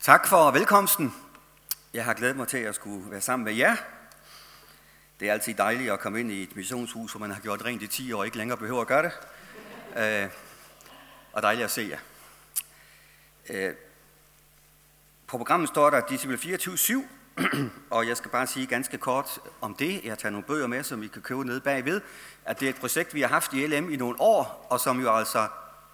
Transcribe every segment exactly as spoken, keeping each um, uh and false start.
Tak for velkomsten. Jeg har glædet mig til at skulle være sammen med jer. Det er altid dejligt at komme ind i et missionshus, hvor man har gjort rent i ti år og ikke længere behøver at gøre det. Øh, og dejligt at se jer. Øh, på programmet står der Disciple fireogtyve syv, og jeg skal bare sige ganske kort om det. Jeg tager nogle bøger med, som I kan købe nede bagved. At det er et projekt, vi har haft i L M i nogle år, og som jo altså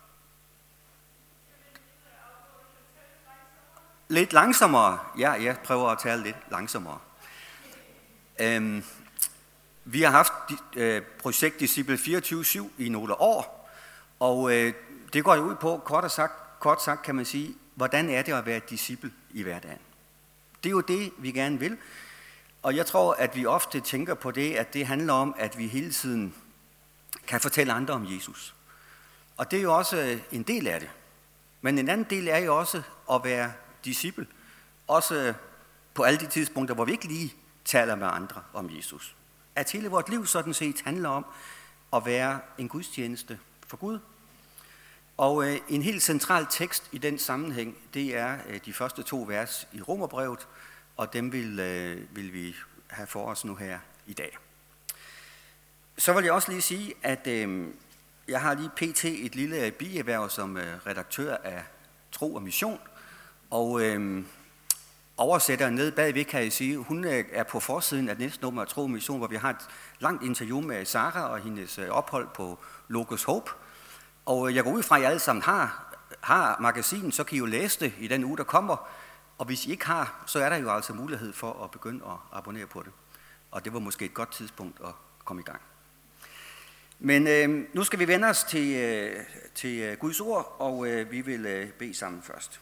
lidt langsommere. Ja, jeg prøver at tale lidt langsommere. Øhm, vi har haft øh, projekt Disciple fireogtyve syv i nogle år, og øh, det går jo ud på, kort sagt, kort sagt kan man sige, hvordan er det at være disciple i hverdagen. Det er jo det, vi gerne vil, og jeg tror, at vi ofte tænker på det, at det handler om, at vi hele tiden kan fortælle andre om Jesus. Og det er jo også en del af det. Men en anden del er jo også at være disciple, også på alle de tidspunkter, hvor vi ikke lige taler med andre om Jesus. At hele vores liv sådan set handler om at være en gudstjeneste for Gud. Og øh, en helt central tekst i den sammenhæng, det er øh, de første to vers i Romerbrevet, og dem vil, øh, vil vi have for os nu her i dag. Så vil jeg også lige sige, at øh, jeg har lige pt. Et lille bierhverv som øh, redaktør af Tro og Mission, og øh, oversætteren nede bagved, kan jeg sige, hun øh, er på forsiden af næste nummer af Tro og Mission, hvor vi har et langt interview med Sara og hendes øh, ophold på Logos Hope. Og jeg går ud fra, at I alle sammen har, har magasinet, så kan I jo læse det i den uge, der kommer. Og hvis I ikke har, så er der jo altså mulighed for at begynde at abonnere på det. Og det var måske et godt tidspunkt at komme i gang. Men øh, nu skal vi vende os til, øh, til Guds ord, og øh, vi vil øh, bede sammen først.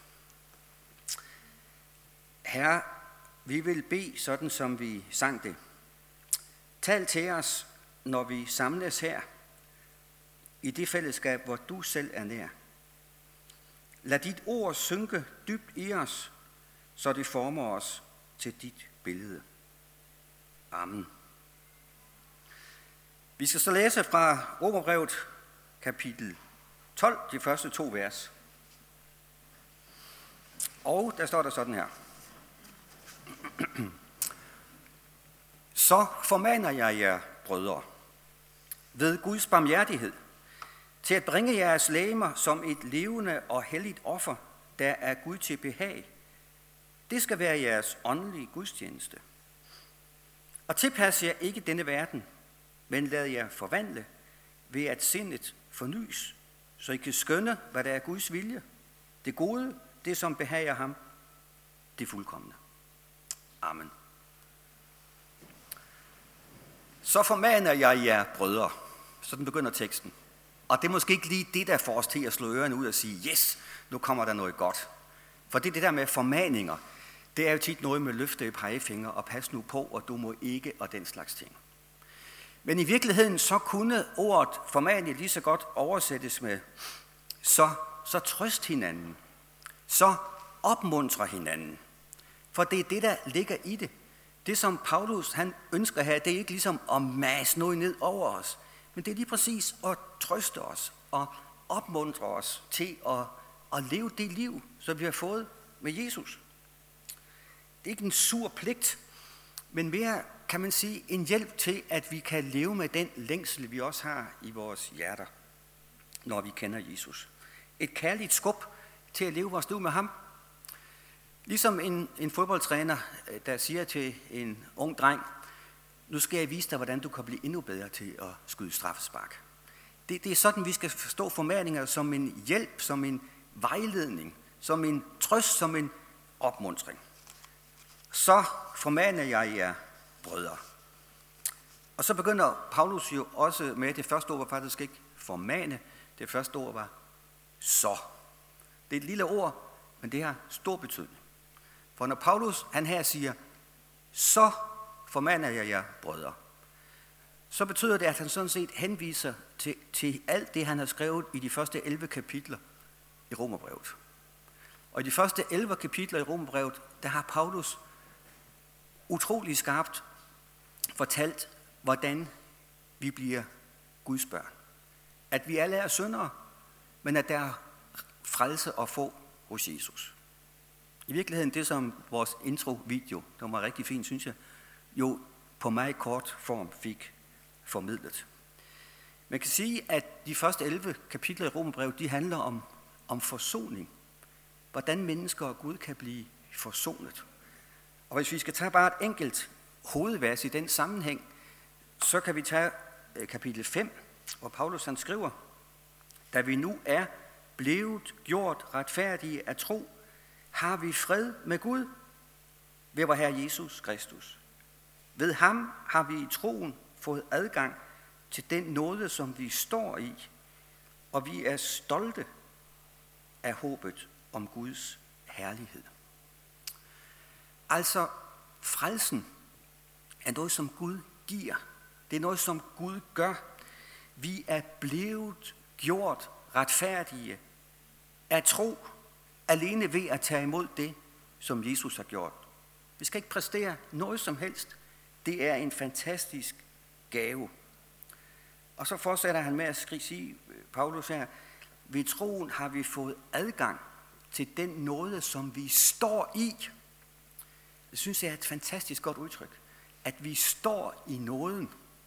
Herre, vi vil bede sådan, som vi sang det. Tal til os, når vi samles her, i det fællesskab, hvor du selv er nær. Lad dit ord synke dybt i os, så det former os til dit billede. Amen. Vi skal så læse fra Romerbrevet kapitel tolv, de første to vers. Og der står der sådan her. Så formaner jeg jer, brødre, ved Guds barmhjertighed, til at bringe jeres legemer som et levende og helligt offer, der er Gud til behag. Det skal være jeres åndelige gudstjeneste. Og tilpas jer ikke denne verden, men lad jer forvandle ved at sindet fornys, så I kan skønne, hvad der er Guds vilje. Det gode, det som behager ham, det fuldkomne. Amen. Så formaner jeg jer, brødre. Sådan begynder teksten. Og det er måske ikke lige det, der får os til at slå ørerne ud og sige, yes, nu kommer der noget godt. For det, det der med formaninger, det er jo tit noget med løfte i pegefinger og pas nu på, og du må ikke, og den slags ting. Men i virkeligheden, så kunne ordet formane lige så godt oversættes med, så, så trøst hinanden, så opmuntre hinanden. For det er det, der ligger i det. Det, som Paulus han ønsker her, det er ikke ligesom at mase noget ned over os, men det er lige præcis at trøste os og opmuntre os til at, at leve det liv, som vi har fået med Jesus. Det er ikke en sur pligt, men mere, kan man sige, en hjælp til, at vi kan leve med den længsel, vi også har i vores hjerter, når vi kender Jesus. Et kærligt skub til at leve vores liv med ham. Ligesom en, en fodboldtræner, der siger til en ung dreng, nu skal jeg vise dig, hvordan du kan blive endnu bedre til at skyde straffespark. Det, det er sådan, vi skal forstå formaninger som en hjælp, som en vejledning, som en trøst, som en opmuntring. Så formaner jeg jer, brødre. Og så begynder Paulus jo også med, det første ord var faktisk ikke formane, det første ord var så. Det er et lille ord, men det har stor betydning. For når Paulus han her siger, så formaner jeg jer, brødre, så betyder det, at han sådan set henviser til, til alt det, han har skrevet i de første elleve kapitler i Romerbrevet. Og i de første elleve kapitler i Romerbrevet, der har Paulus utrolig skarpt fortalt, hvordan vi bliver Guds børn. At vi alle er syndere, men at der er frelse at få hos Jesus. I virkeligheden, det som vores intro-video, der var rigtig fint, synes jeg, jo på meget kort form fik formidlet. Man kan sige, at de første elleve kapitler i Romerbrevet, de handler om, om forsoning. Hvordan mennesker og Gud kan blive forsonet. Og hvis vi skal tage bare et enkelt hovedvers i den sammenhæng, så kan vi tage kapitel fem, hvor Paulus han skriver, da vi nu er blevet gjort retfærdige af tro, har vi fred med Gud ved vor Herre Jesus Kristus. Ved ham har vi i troen fået adgang til den nåde, som vi står i, og vi er stolte af håbet om Guds herlighed. Altså, frelsen er noget, som Gud giver. Det er noget, som Gud gør. Vi er blevet gjort retfærdige af tro, alene ved at tage imod det, som Jesus har gjort. Vi skal ikke præstere noget som helst. Det er en fantastisk gave. Og så fortsætter han med at sige, Paulus her, ved troen har vi fået adgang til den nåde, som vi står i. Det synes jeg er et fantastisk godt udtryk, at vi står i nåden.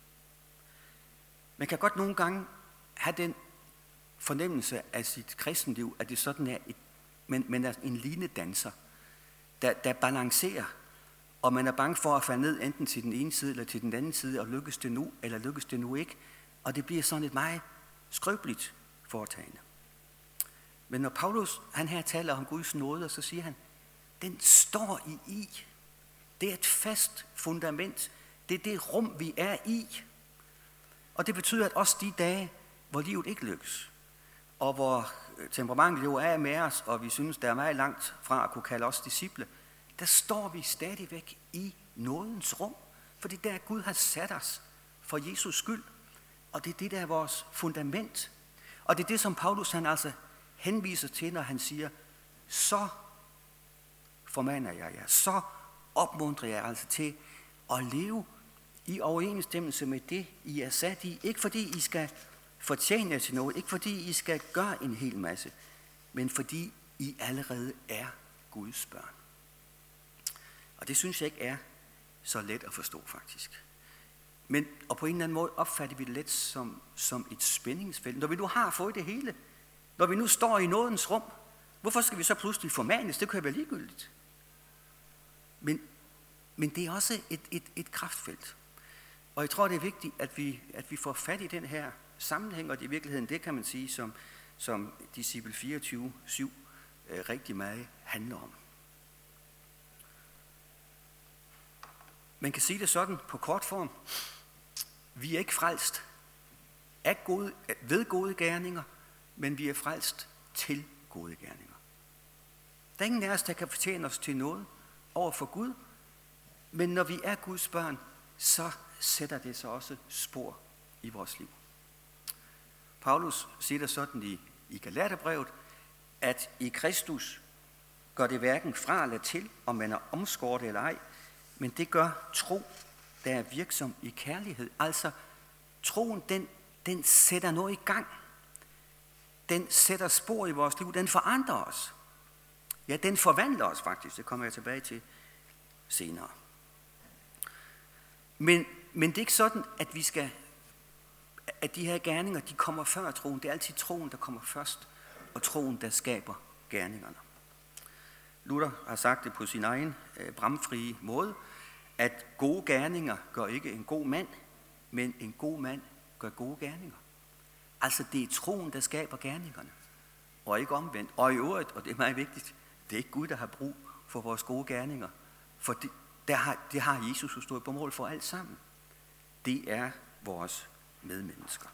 Man kan godt nogle gange have den fornemmelse af sit kristenliv, at det sådan er, et, men, men er en linedanser, der, der balancerer, og man er bange for at falde ned enten til den ene side eller til den anden side, og lykkes det nu, eller lykkes det nu ikke, og det bliver sådan et meget skrøbeligt foretagende. Men når Paulus han her taler om Guds nåde, så siger han, den står i i. Det er et fast fundament. Det er det rum, vi er i. Og det betyder, at også de dage, hvor livet ikke lykkes, og hvor temperamentet jo er med os, og vi synes, der er meget langt fra at kunne kalde os disciple, der står vi stadigvæk i nådens rum. For det er der, Gud har sat os for Jesus skyld. Og det er det, der er vores fundament. Og det er det, som Paulus han altså henviser til, når han siger, så formander jeg jer, så opmuntrer jeg altså til at leve i overensstemmelse med det, I er sat i. Ikke fordi I skal fortjene jer til noget, ikke fordi I skal gøre en hel masse, men fordi I allerede er Guds børn. Og det synes jeg ikke er så let at forstå faktisk. Men, og på en eller anden måde opfatter vi det let som, som et spændingsfelt. Når vi nu har fået det hele, når vi nu står i nådens rum, hvorfor skal vi så pludselig formanes? Det kan jo være ligegyldigt. Men, men det er også et, et, et kraftfelt. Og jeg tror, det er vigtigt, at vi, at vi får fat i den her sammenhæng, og det i virkeligheden, det kan man sige, som, som disciple fireogtyve syv øh, rigtig meget handler om. Man kan sige det sådan på kort form. Vi er ikke frelst af gode, ved gode gerninger, men vi er frelst til gode gerninger. Der er ingen af os, der kan fortjene os til noget over for Gud, men når vi er Guds børn, så sætter det så også spor i vores liv. Paulus siger det sådan i, i Galaterbrevet, at i Kristus gør det hverken fra eller til, om man er omskåret eller ej, men det gør tro, der er virksom i kærlighed. Altså, troen, den, den sætter noget i gang. Den sætter spor i vores liv. Den forandrer os. Ja, den forvandler os faktisk. Det kommer jeg tilbage til senere. Men, men det er ikke sådan, at vi skal, at de her gerninger, de kommer før troen. Det er altid troen, der kommer først, og troen, der skaber gerningerne. Luther har sagt det på sin egen øh, bramfrie måde, at gode gerninger gør ikke en god mand, men en god mand gør gode gerninger. Altså det er troen, der skaber gerningerne, og ikke omvendt. Og i øvrigt, og det er meget vigtigt, det er ikke Gud, der har brug for vores gode gerninger, for det, der har, det har Jesus jo stået på mål for alt sammen. Det er vores medmennesker.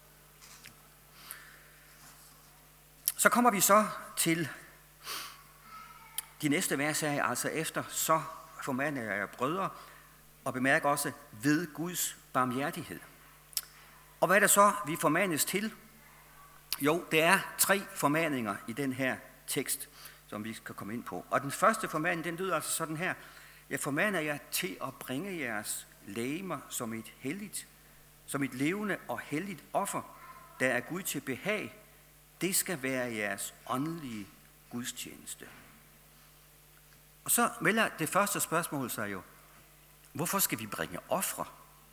Så kommer vi så til de næste vers her, altså efter, så formaner jeg jer brødre, og bemærk også ved Guds barmhjertighed. Og hvad er det så, vi formanes til? Jo, det er tre formaninger i den her tekst, som vi skal komme ind på. Og den første formaning, den lyder altså sådan her. Jeg formaner jer til at bringe jeres legemer som et helligt, som et levende og helligt offer, der er Gud til behag. Det skal være jeres åndelige gudstjeneste. Og så melder det første spørgsmål sig jo, hvorfor skal vi bringe ofre?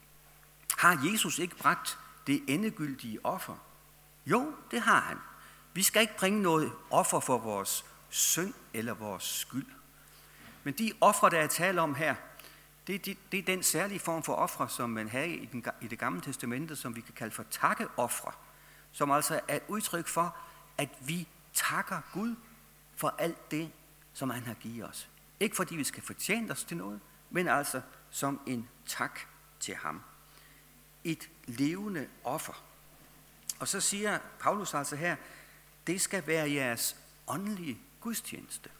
Har Jesus ikke bragt det endegyldige offer? Jo, det har han. Vi skal ikke bringe noget offer for vores synd eller vores skyld. Men de ofre, der er tale om her, det er, de, det er den særlige form for ofre, som man havde i, den, i det gamle testamente, som vi kan kalde for takkeofre, som altså er et udtryk for, at vi takker Gud for alt det, som han har givet os. Ikke fordi vi skal fortjene os til noget, men altså som en tak til ham. Et levende offer. Og så siger Paulus altså her, det skal være jeres åndelige gudstjeneste.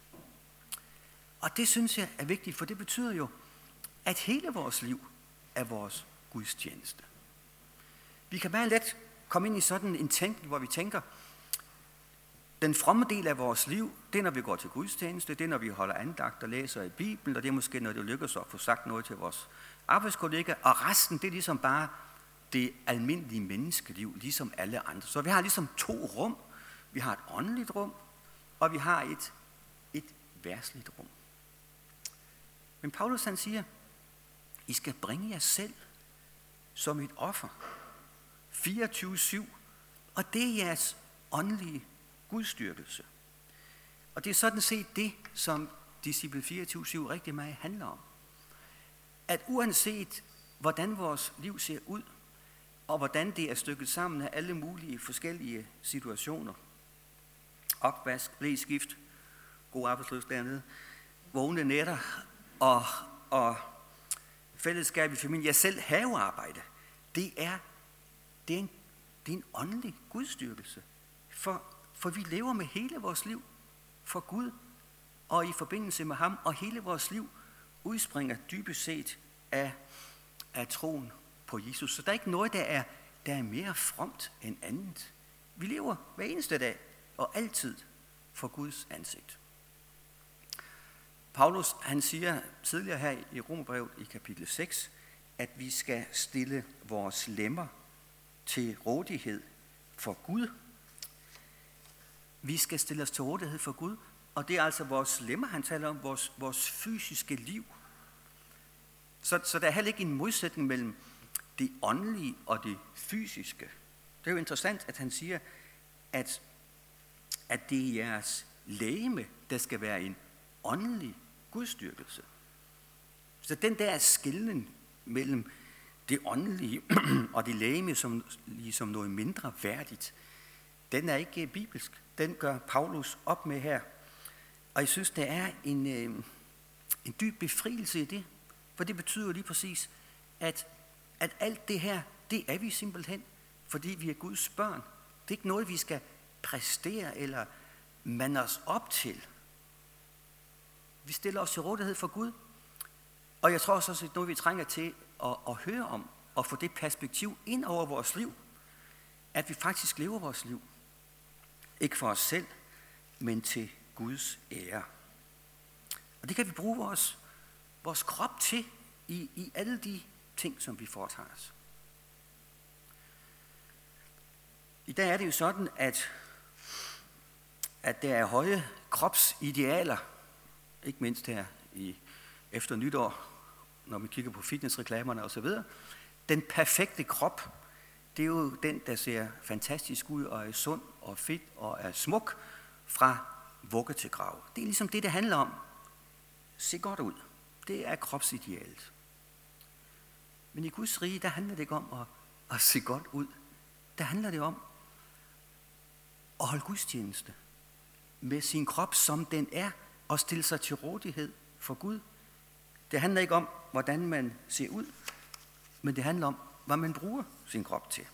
Og det synes jeg er vigtigt, for det betyder jo, at hele vores liv er vores gudstjeneste. Vi kan meget let komme ind i sådan en tænkning, hvor vi tænker, den fromme del af vores liv, det er, når vi går til gudstjeneste, det er, når vi holder andagt og læser i Bibelen, og det er måske, når det lykkes at få sagt noget til vores arbejdskollega, og resten, det er ligesom bare det almindelige menneskeliv, ligesom alle andre. Så vi har ligesom to rum. Vi har et åndeligt rum, og vi har et, et verdsligt rum. Men Paulus han siger, I skal bringe jer selv som et offer. fireogtyve syv. Og det er jeres åndelige gudstyrkelse. Og det er sådan set det, som disciple fireogtyve syv rigtig meget handler om. At uanset hvordan vores liv ser ud, og hvordan det er stykket sammen af alle mulige forskellige situationer, opvask, blæskift, god arbejdsløs dernede, vågne nætter og, og fællesskab i familien, ja selv havearbejde, det er, det er, en, det er en åndelig gudstyrkelse. For, for vi lever med hele vores liv for Gud og i forbindelse med ham, og hele vores liv udspringer dybest set af, af troen på Jesus. Så der er ikke noget, der er, der er mere fromt end andet. Vi lever hver eneste dag og altid for Guds ansigt. Paulus han siger tidligere her i Romerbrevet i kapitel seks, at vi skal stille vores lemmer til rådighed for Gud. Vi skal stille os til rådighed for Gud, og det er altså vores lemmer, han taler om, vores, vores fysiske liv. Så, så der er heller ikke en modsætning mellem det åndelige og det fysiske. Det er jo interessant, at han siger, at, at det er jeres legeme, der skal være en åndelig gudstyrkelse. Så den der skelnen mellem det åndelige og det legeme som ligesom noget mindre værdigt, den er ikke bibelsk. Den gør Paulus op med her. Og jeg synes, der er en, øh, en dyb befrielse i det. For det betyder lige præcis, at, at alt det her, det er vi simpelthen, fordi vi er Guds børn. Det er ikke noget, vi skal præstere eller mande os op til. Vi stiller os til rådighed for Gud. Og jeg tror også, at det er noget, vi trænger til at, at høre om, og få det perspektiv ind over vores liv. At vi faktisk lever vores liv. Ikke for os selv, men til Guds ære. Og det kan vi bruge vores, vores krop til i, i alle de ting, som vi foretager os. I dag er det jo sådan, at, at der er høje kropsidealer, ikke mindst her i, efter nytår, når vi kigger på fitnessreklamerne osv. Den perfekte krop, det er jo den, der ser fantastisk ud og er sund og fedt og er smuk fra vugge til grav. Det er ligesom det, det handler om. Se godt ud. Det er kropsidealet. Men i Guds rige, der handler det ikke om at, at se godt ud. Der handler det om at holde gudstjeneste med sin krop, som den er, og stille sig til rådighed for Gud. Det handler ikke om, hvordan man ser ud, men det handler om, hvad man bruger sin krop til.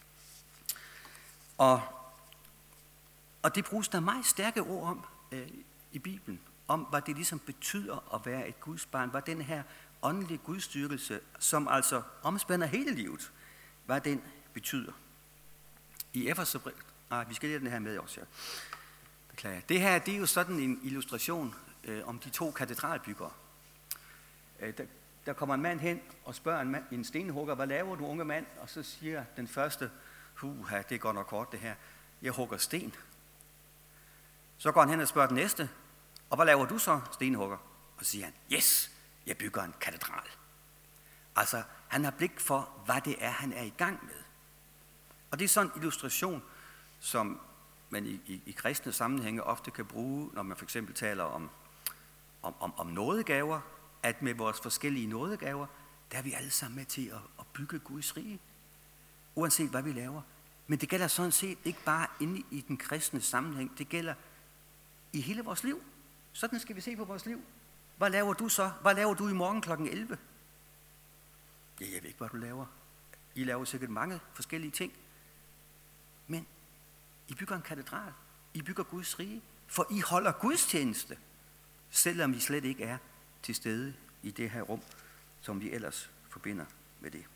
Og, og det bruges der meget stærke ord om øh, i Bibelen, om hvad det ligesom betyder at være et Guds barn, hvad den her åndelige gudstyrkelse, som altså omspænder hele livet, hvad den betyder. I Efeserbrevet, nej, vi skal lige den her med også, ja. Beklager. Det her, det er jo sådan en illustration øh, om de to katedralbyggere. Øh, der, der kommer en mand hen og spørger en, mand, en stenhugger, hvad laver du, unge mand? Og så siger den første, huha, det går nok kort det her, jeg hugger sten. Så går han hen og spørger den næste, og hvad laver du så, stenhugger? og siger han, yes, jeg bygger en katedral. Altså, han har blik for, hvad det er, han er i gang med. Og det er sådan en illustration, som man i, i, i kristne sammenhænge ofte kan bruge, når man for eksempel taler om, om, om, om nådegaver, at med vores forskellige nådegaver, der er vi alle sammen med til at, at bygge Guds rige, uanset hvad vi laver. Men det gælder sådan set ikke bare inde i den kristne sammenhæng, det gælder i hele vores liv. Sådan skal vi se på vores liv. Hvad laver du så? Hvad laver du i morgen klokken elleve? Ja, jeg ved ikke, hvad du laver. I laver sikkert mange forskellige ting. Men I bygger en katedral. I bygger Guds rige. For I holder gudstjeneste, selvom I slet ikke er til stede i det her rum, som vi ellers forbinder med det.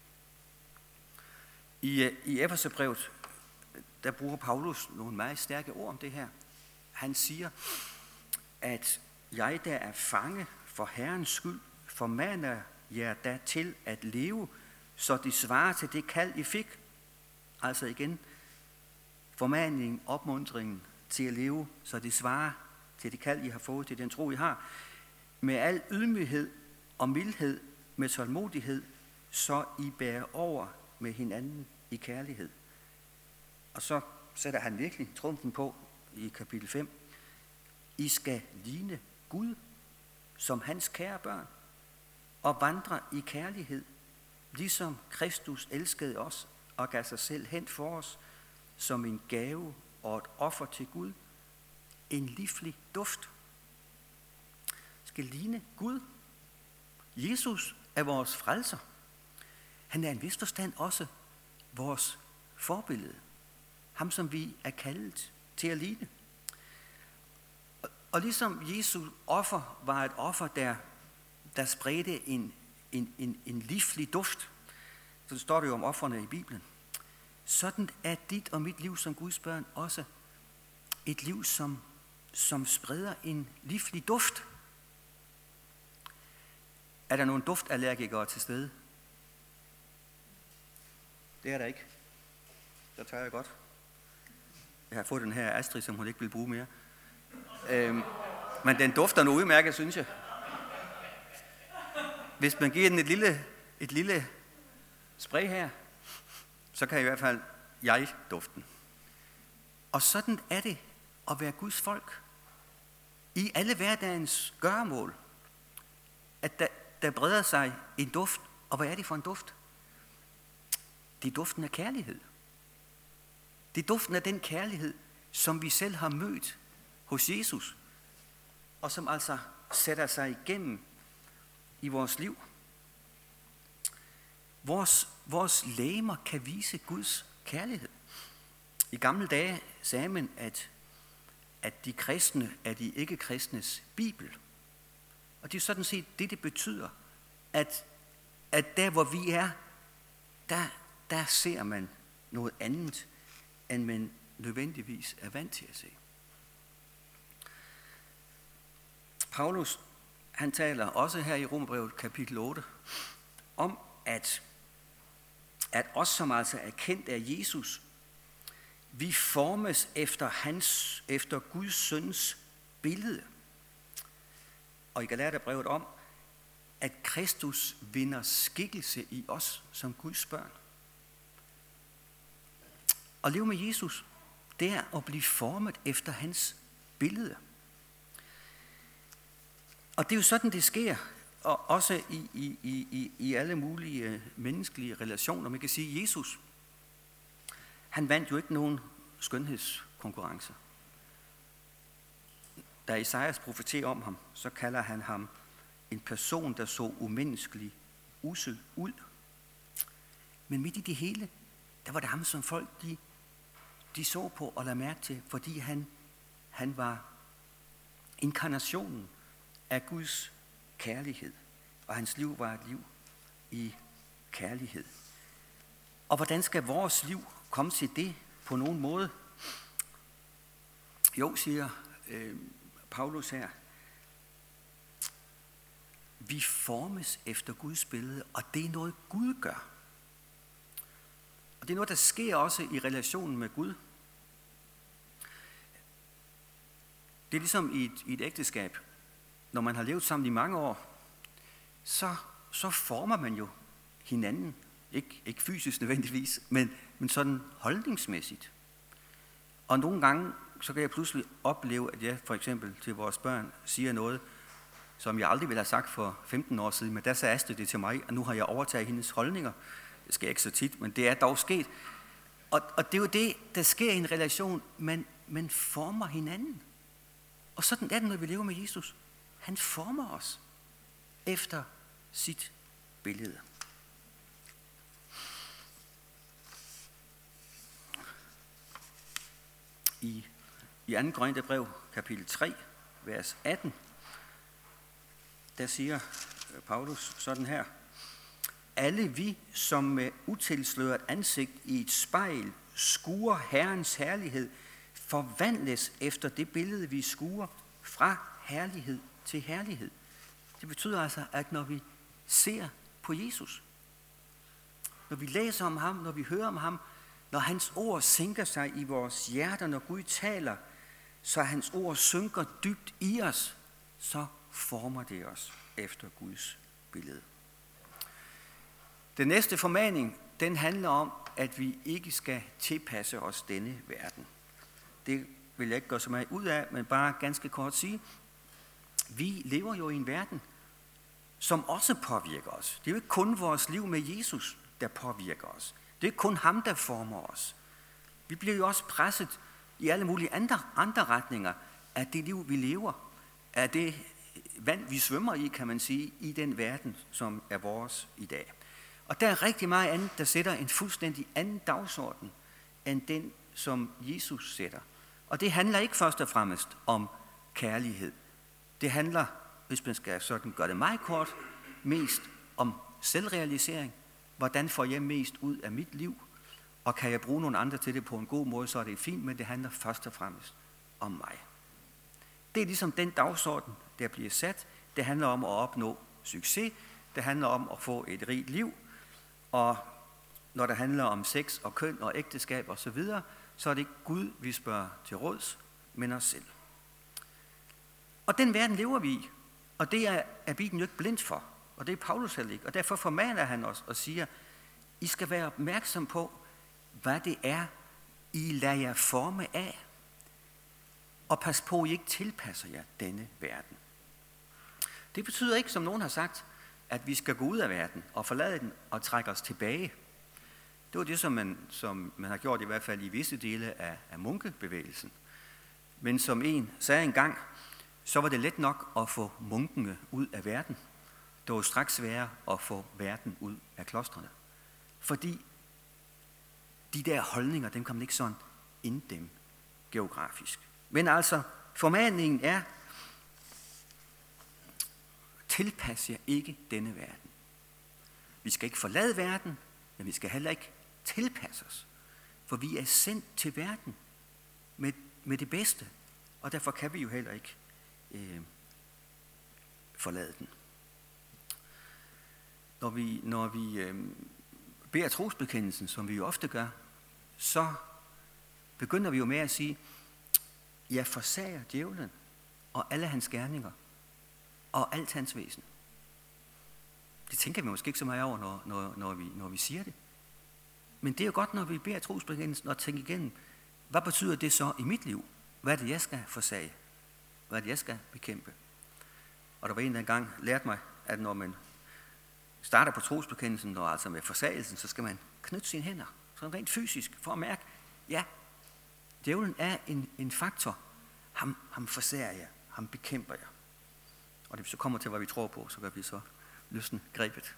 I, i Efeserbrevet, der bruger Paulus nogle meget stærke ord om det her. Han siger, at jeg, der er fange for Herrens skyld, formaner jer da til at leve, så det svarer til det kald, I fik. Altså igen, formaningen, opmuntringen til at leve, så det svarer til det kald, I har fået, til den tro, I har. Med al ydmyghed og mildhed, med tålmodighed, så I bærer over med hinanden i kærlighed. Og så sætter han virkelig trumfen på i kapitel fem. I skal ligne Gud som hans kære børn og vandre i kærlighed, ligesom Kristus elskede os og gav sig selv hen for os som en gave og et offer til Gud. En livlig duft. Skal ligne Gud. Jesus er vores frelser. Han er en vis forstand også vores forbillede. Ham, som vi er kaldet til at ligne. Og ligesom Jesu offer var et offer, der, der spredte en, en, en, en livlig duft, så står det jo om ofrene i Bibelen. Sådan er dit og mit liv som Guds børn også et liv, som, som spreder en livlig duft. Er der nogle duftallergikere til stede? Det er der ikke. Så tager jeg godt. Jeg har fået den her Astrid, som hun ikke vil bruge mere. Øhm, men den dufter nu udmærket, synes jeg. Hvis man giver den et lille, et lille spray her, så kan i hvert fald jeg duften. Og sådan er det at være Guds folk. I alle hverdagens gøremål. At der, der breder sig en duft. Og hvad er det for en duft? Det er duften af kærlighed. Det er duften af den kærlighed, som vi selv har mødt hos Jesus, og som altså sætter sig igennem i vores liv. Vores, vores legemer kan vise Guds kærlighed. I gamle dage sagde man, at, at de kristne er de ikke-kristnes bibel. Og det er sådan set det, det betyder, at, at der hvor vi er, der, der ser man noget andet, end man nødvendigvis er vant til at se. Paulus, han taler også her i Romerbrevet kapitel otte, om at, at os, som altså er kendt af Jesus, vi formes efter, hans, efter Guds søns billede. Og I Galaterbrevet om, at Kristus vinder skikkelse i os som Guds børn. At leve med Jesus, det er at blive formet efter hans billede. Og det er jo sådan, det sker, og også i, i, i, i alle mulige menneskelige relationer. Man kan sige, at Jesus, han vandt jo ikke nogen skønhedskonkurrence. Da Esajas profeterer om ham, så kalder han ham en person, der så umenneskelig usel ud. Men midt i det hele, der var det ham, som folk de, de så på og lagde mærke til, fordi han, han var inkarnationen af Guds kærlighed. Og hans liv var et liv i kærlighed. Og hvordan skal vores liv komme til det på nogen måde? Jo, siger øh, Paulus her, vi formes efter Guds billede, og det er noget Gud gør. Og det er noget, der sker også i relationen med Gud. Det er ligesom i et, i et ægteskab. når man har levet sammen i mange år, så, så former man jo hinanden. Ikke, ikke fysisk nødvendigvis, men, men sådan holdningsmæssigt. Og nogle gange, så kan jeg pludselig opleve, at jeg for eksempel til vores børn siger noget, som jeg aldrig ville have sagt for femten år siden, men der sagde Astrid det til mig, og nu har jeg overtaget hendes holdninger. Det sker ikke så tit, men det er dog sket. Og, og det er jo det, der sker i en relation, man, man former hinanden. Og sådan er det, når vi lever med Jesus. Han former os efter sit billede. I, i anden Korintherbrev, kapitel tre, vers atten, der siger Paulus sådan her: alle vi, som med utilsløret ansigt i et spejl skuer Herrens herlighed, forvandles efter det billede, vi skuer, fra herlighed til herlighed. Det betyder altså, at når vi ser på Jesus, når vi læser om ham, når vi hører om ham, når hans ord sænker sig i vores hjerter, når Gud taler, så hans ord synker dybt i os, så former det os efter Guds billede. Den næste formaning, den handler om, at vi ikke skal tilpasse os denne verden. Det vil jeg ikke gøre så meget ud af, men bare ganske kort sige. Vi lever jo i en verden, som også påvirker os. Det er jo ikke kun vores liv med Jesus, der påvirker os. Det er ikke kun ham, der former os. Vi bliver jo også presset i alle mulige andre, andre retninger af det liv, vi lever. Af det vand, vi svømmer i, kan man sige, i den verden, som er vores i dag. Og der er rigtig meget andet, der sætter en fuldstændig anden dagsorden, end den, som Jesus sætter. Og det handler ikke først og fremmest om kærlighed. Det handler, hvis man skal sådan gøre det meget kort, mest om selvrealisering. Hvordan får jeg mest ud af mit liv? Og kan jeg bruge nogle andre til det på en god måde, så er det fint, men det handler først og fremmest om mig. Det er ligesom den dagsorden, der bliver sat. Det handler om at opnå succes. Det handler om at få et rigt liv. Og når det handler om sex og køn og ægteskab og så videre, så er det ikke Gud, vi spørger til råds, men os selv. Og den verden lever vi i, og det er, er Bibelen jo ikke blind for, og det er Paulus heller ikke. Og derfor formaner han os og siger, I skal være opmærksom på, hvad det er, I lader jer forme af, og pas på, at I ikke tilpasser jer denne verden. Det betyder ikke, som nogen har sagt, at vi skal gå ud af verden og forlade den og trække os tilbage. Det var det, som man, som man har gjort i hvert fald i visse dele af, af munkebevægelsen. Men som en sagde engang, så var det let nok at få munkene ud af verden. Det var straks sværere at få verden ud af klostrene. Fordi de der holdninger, dem kan man ikke sådan inddæmme geografisk. Men altså, formaningen er, tilpas jer ikke denne verden. Vi skal ikke forlade verden, men vi skal heller ikke tilpasse os. For vi er sendt til verden med, med det bedste, og derfor kan vi jo heller ikke øh, forlade den. Når vi, når vi øh, beder trosbekendelsen, som vi jo ofte gør, så begynder vi jo med at sige, jeg forsager djævlen og alle hans gerninger og alt hans væsen. Det tænker vi måske ikke så meget over, når, når, når, vi, når vi siger det. Men det er jo godt, når vi beder trosbekendelsen og tænker igennem, hvad betyder det så i mit liv? Hvad er det, jeg skal forsage? Hvad er det, jeg skal bekæmpe? Og der var en, der engang lærte mig, at når man starter på trosbekendelsen, og altså med forsagelsen, så skal man knytte sine hænder, sådan rent fysisk, for at mærke, ja, djævlen er en, en faktor. Ham, ham forsager jeg, ham bekæmper jeg. Og det vi så kommer til, hvad vi tror på, så kan vi så løsne grebet.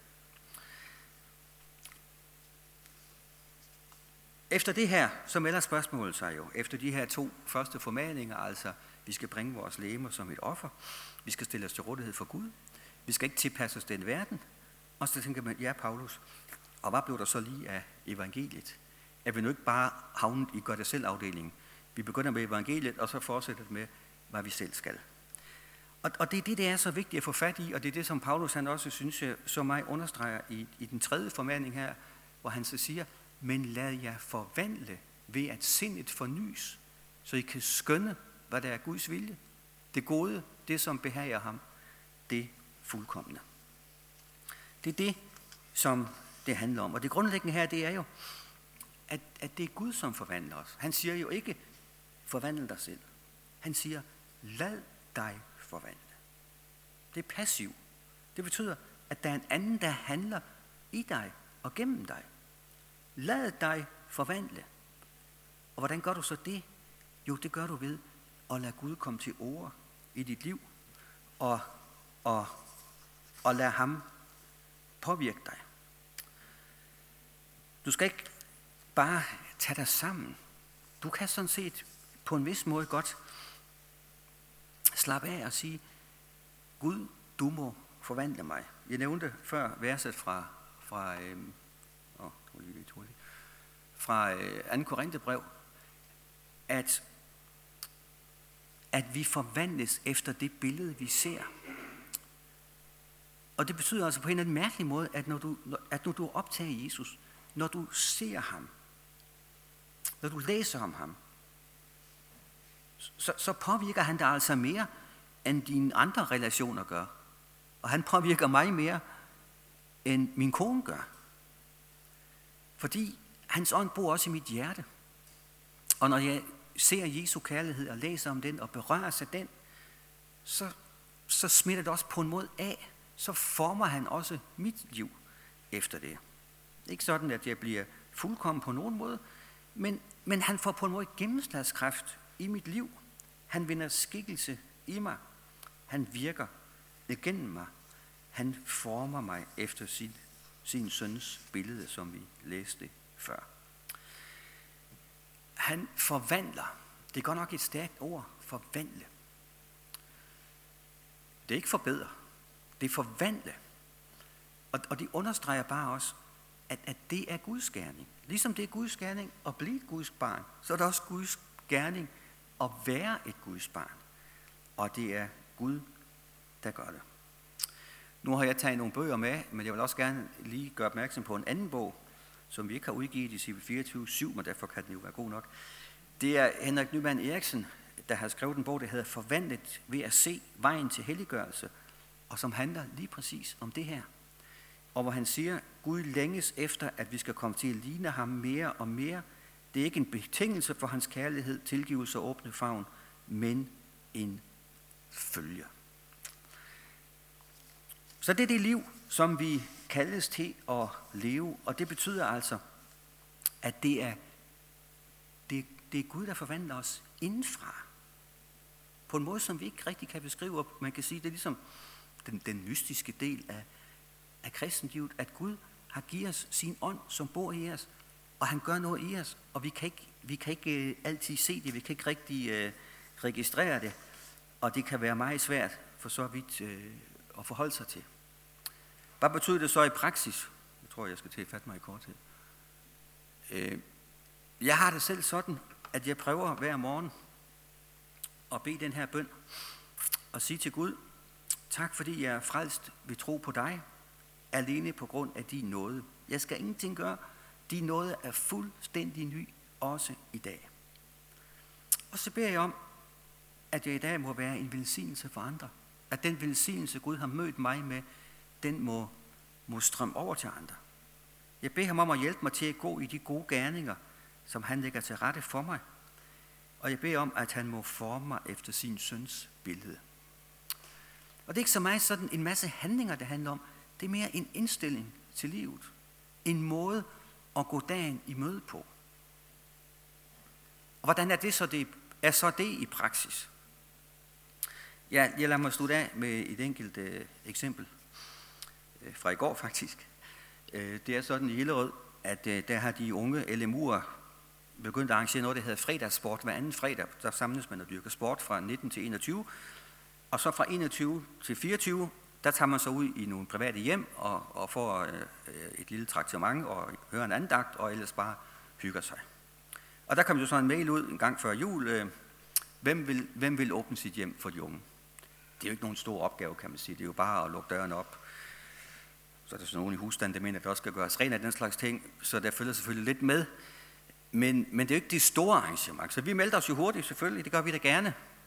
Efter det her, så melder spørgsmålet sig jo, efter de her to første formaninger, altså vi skal bringe vores legemer som et offer, vi skal stille os til rådighed for Gud, vi skal ikke tilpasse os den verden, og så tænker man, ja Paulus, og hvad blev der så lige af evangeliet? Er vi nu ikke bare havnet i gør det selv afdelingen? Vi begynder med evangeliet, og så fortsætter det med, hvad vi selv skal. Og, og det er det, der er så vigtigt at få fat i, og det er det, som Paulus han også synes, jeg så meget understreger i, i den tredje formaning her, hvor han så siger, men lad jer forvandle ved at sindet fornys, så I kan skønne, hvad der er Guds vilje. Det gode, det som behager ham. det fuldkomne. Det er det, som det handler om. Og det grundlæggende her, det er jo, at, at det er Gud, som forvandler os. Han siger jo ikke, forvandle dig selv. Han siger, lad dig forvandle. Det er passiv. Det betyder, at der er en anden, der handler i dig og gennem dig. Lad dig forvandle. Og hvordan gør du så det? Jo, det gør du ved at lade Gud komme til ord i dit liv, og, og, og lade ham påvirke dig. Du skal ikke bare tage dig sammen. Du kan sådan set på en vis måde godt slappe af og sige, Gud, du må forvandle mig. Jeg nævnte før verset fra, fra, øhm, åh, fra øh, anden Korintherbrev, at, at vi forvandles efter det billede, vi ser. Og det betyder altså på en eller anden mærkelig måde, at når du, at når du er optaget af Jesus, når du ser ham, når du læser om ham, så, så påvirker han dig altså mere, end dine andre relationer gør. Og han påvirker mig mere, end min kone gør. Fordi hans ånd bor også i mit hjerte. Og når jeg ser Jesu kærlighed og læser om den og berøres af den, så, så smitter det også på en måde af. Så former han også mit liv efter det. Ikke sådan, at jeg bliver fuldkommen på nogen måde, men, men han får på en måde gennemslagskraft i mit liv. Han vinder skikkelse i mig. Han virker igennem mig. Han former mig efter sin, sin søns billede, som vi læste før. Han forvandler. Det er godt nok et stærkt ord, forvandle. Det er ikke forbedre. Det er forvandle. Og, og det understreger bare også, at, at det er Guds gerning. Ligesom det er Guds gerning at blive et Guds barn, så er det også Guds gerning at være et Guds barn. Og det er Gud, der gør det. Nu har jeg taget nogle bøger med, men jeg vil også gerne lige gøre opmærksom på en anden bog, som vi ikke har udgivet i C B fireogtyve syv, men derfor kan den jo være god nok. Det er Henrik Nyman Eriksen, der har skrevet en bog, der hedder Forvandlet ved at se vejen til helliggørelse, og som handler lige præcis om det her. Og hvor han siger, Gud længes efter, at vi skal komme til at ligne ham mere og mere. Det er ikke en betingelse for hans kærlighed, tilgivelse og åbne favn, men en følge. Så det er det liv, som vi kaldes til at leve, og det betyder altså, at det er, det, det er Gud, der forvandler os indenfra. På en måde, som vi ikke rigtig kan beskrive. Man kan sige, det er ligesom den, den mystiske del af, af kristenlivet, at Gud har givet os sin ånd, som bor i os, og han gør noget i os, og vi kan ikke, vi kan ikke uh, altid se det, vi kan ikke rigtig uh, registrere det, og det kan være meget svært for så vidt uh, at forholde sig til. Hvad betyder det så i praksis? Jeg tror, jeg skal til at fatte mig i korthed. Uh, jeg har det selv sådan, at jeg prøver hver morgen at bede den her bøn, og sige til Gud, tak fordi jeg er frelst ved tro på dig, alene på grund af din nåde. Jeg skal ingenting gøre. Din nåde er fuldstændig ny, også i dag. Og så beder jeg om, at jeg i dag må være en velsignelse for andre. At den velsignelse, Gud har mødt mig med, den må, må strømme over til andre. Jeg beder ham om at hjælpe mig til at gå i de gode gerninger, som han lægger til rette for mig. Og jeg beder om, at han må forme mig efter sin søns billede. Og det er ikke så meget sådan en masse handlinger, det handler om. Det er mere en indstilling til livet. En måde at gå dagen i møde på. Og hvordan er det så det, er så det i praksis? Ja, jeg lader mig slutte af med et enkelt øh, eksempel øh, fra i går faktisk. Øh, det er sådan i Hillerød, at øh, der har de unge L M U'er begyndt at arrangere noget, der hedder fredagssport. Hver anden fredag, der samles man og dyrker sport fra nitten til enogtyve. Og så fra enogtyve til fireogtyve, der tager man så ud i nogle private hjem og, og får øh, et lille traktement og hører en andagt og ellers bare hygger sig. Og der kom jo så en mail ud en gang før jul. Øh, hvem, vil, hvem vil åbne sit hjem for de unge? Det er jo ikke nogen stor opgave, kan man sige. Det er jo bare at lukke døren op. Så er der så nogen i husstanden, der mener, at det også skal gøres rent af den slags ting. Så der følger selvfølgelig lidt med. Men, men det er jo ikke det store arrangement. Så vi melder os jo hurtigt selvfølgelig. Det gør vi da gerne.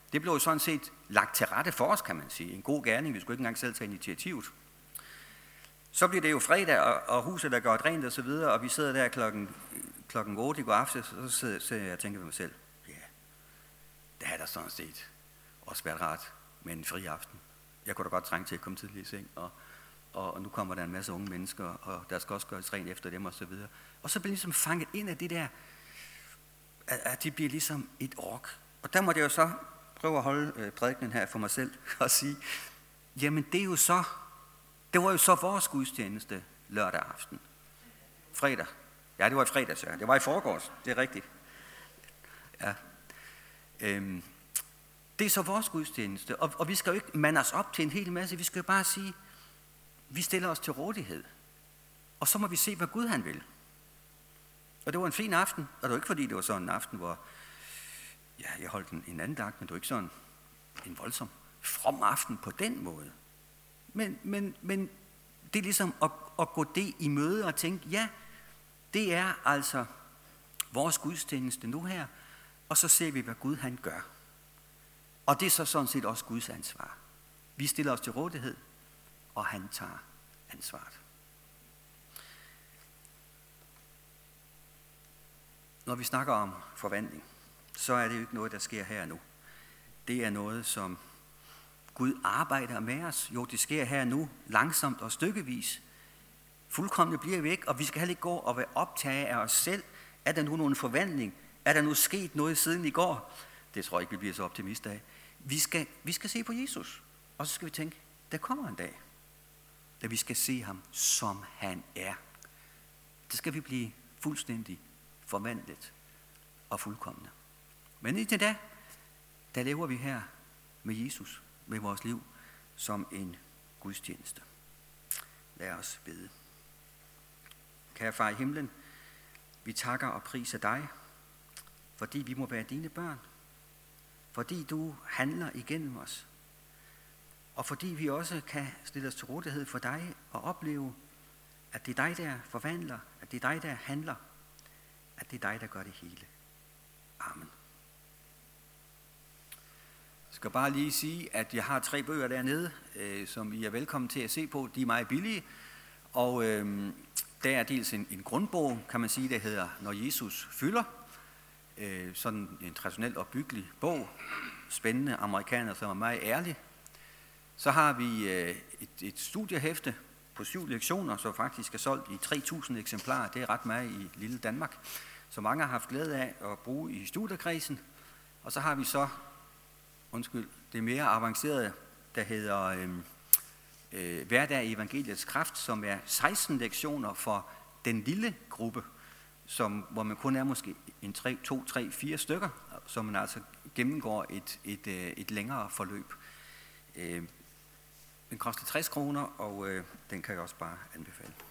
Det blev jo sådan set lagt til rette for os, kan man sige. En god gerning, vi skulle ikke engang selv tage initiativet. Så bliver det jo fredag, og huset er gjort rent og så videre, og vi sidder der klokken, klokken otte i går aftes, og så sidder, sidder jeg og tænker ved mig selv, ja, det er der sådan set også været rart med en fri aften. Jeg kunne da godt trænge til at komme tidligt i seng, og, og, og nu kommer der en masse unge mennesker, og der skal også gøres rent efter dem og så videre. Og så bliver ligesom fanget ind af det der, at, at de bliver ligesom et ork. Og der må jeg jo så prøve at holde øh, prædikenen her for mig selv og sige, jamen det er jo så, det var jo så vores gudstjeneste lørdag aften. Fredag. Ja, det var i fredags, ja. Det var i forgårs, det er rigtigt. Ja. Øhm, det er så vores gudstjeneste, og, og vi skal jo ikke mande os op til en hel masse, vi skal jo bare sige, vi stiller os til rådighed, og så må vi se, hvad Gud han vil. Og det var en fin aften, og det var ikke fordi, det var sådan en aften, hvor ja, jeg holdt en, en anden dag, men det var ikke sådan en voldsom from aften på den måde. Men, men, men det er ligesom at, at gå det i møde og tænke, ja, det er altså vores gudstjeneste nu her, og så ser vi, hvad Gud han gør. Og det er så sådan set også Guds ansvar. Vi stiller os til rådighed, og han tager ansvaret. Når vi snakker om forvandling, så er det jo ikke noget, der sker her nu. Det er noget, som Gud arbejder med os. Jo, det sker her nu, langsomt og stykkevis. Fuldkommen bliver vi ikke, og vi skal heller ikke gå og være optaget af os selv. Er der nu nogen forvandling? Er der nu sket noget siden i går? Det tror jeg ikke, vi bliver så optimister af. Vi skal, vi skal se på Jesus, og så skal vi tænke, der kommer en dag, da vi skal se ham, som han er. Der skal vi blive fuldstændig forvandlet og fuldkomne. Men indtil da, der lever vi her med Jesus, med vores liv, som en gudstjeneste. Lad os bede. Kære far i himlen, vi takker og priser dig, fordi vi må være dine børn, fordi du handler igennem os, og fordi vi også kan stille os til rådighed for dig og opleve, at det er dig, der forvandler, at det er dig, der handler, at det er dig, der gør det hele. Amen. Jeg skal bare lige sige, at jeg har tre bøger dernede, øh, som I er velkommen til at se på. De er meget billige, og øh, der er dels en, en grundbog, kan man sige, der hedder Når Jesus fylder. Øh, sådan en traditionel opbyggelig bog. Spændende amerikaner, som er meget ærlige. Så har vi øh, et, et studiehæfte på syv lektioner, som faktisk er solgt i tre tusind eksemplarer. Det er ret meget i lille Danmark, så mange har haft glæde af at bruge i studiekredsen. Og så har vi så, undskyld, det mere avancerede, der hedder øh, øh, Hverdag i evangeliets kraft, som er seksten lektioner for den lille gruppe, som, hvor man kun er måske en tre, to, tre, fire stykker, så man altså gennemgår et, et, et, et længere forløb. Øh, den koster tres kroner, og øh, den kan jeg også bare anbefale.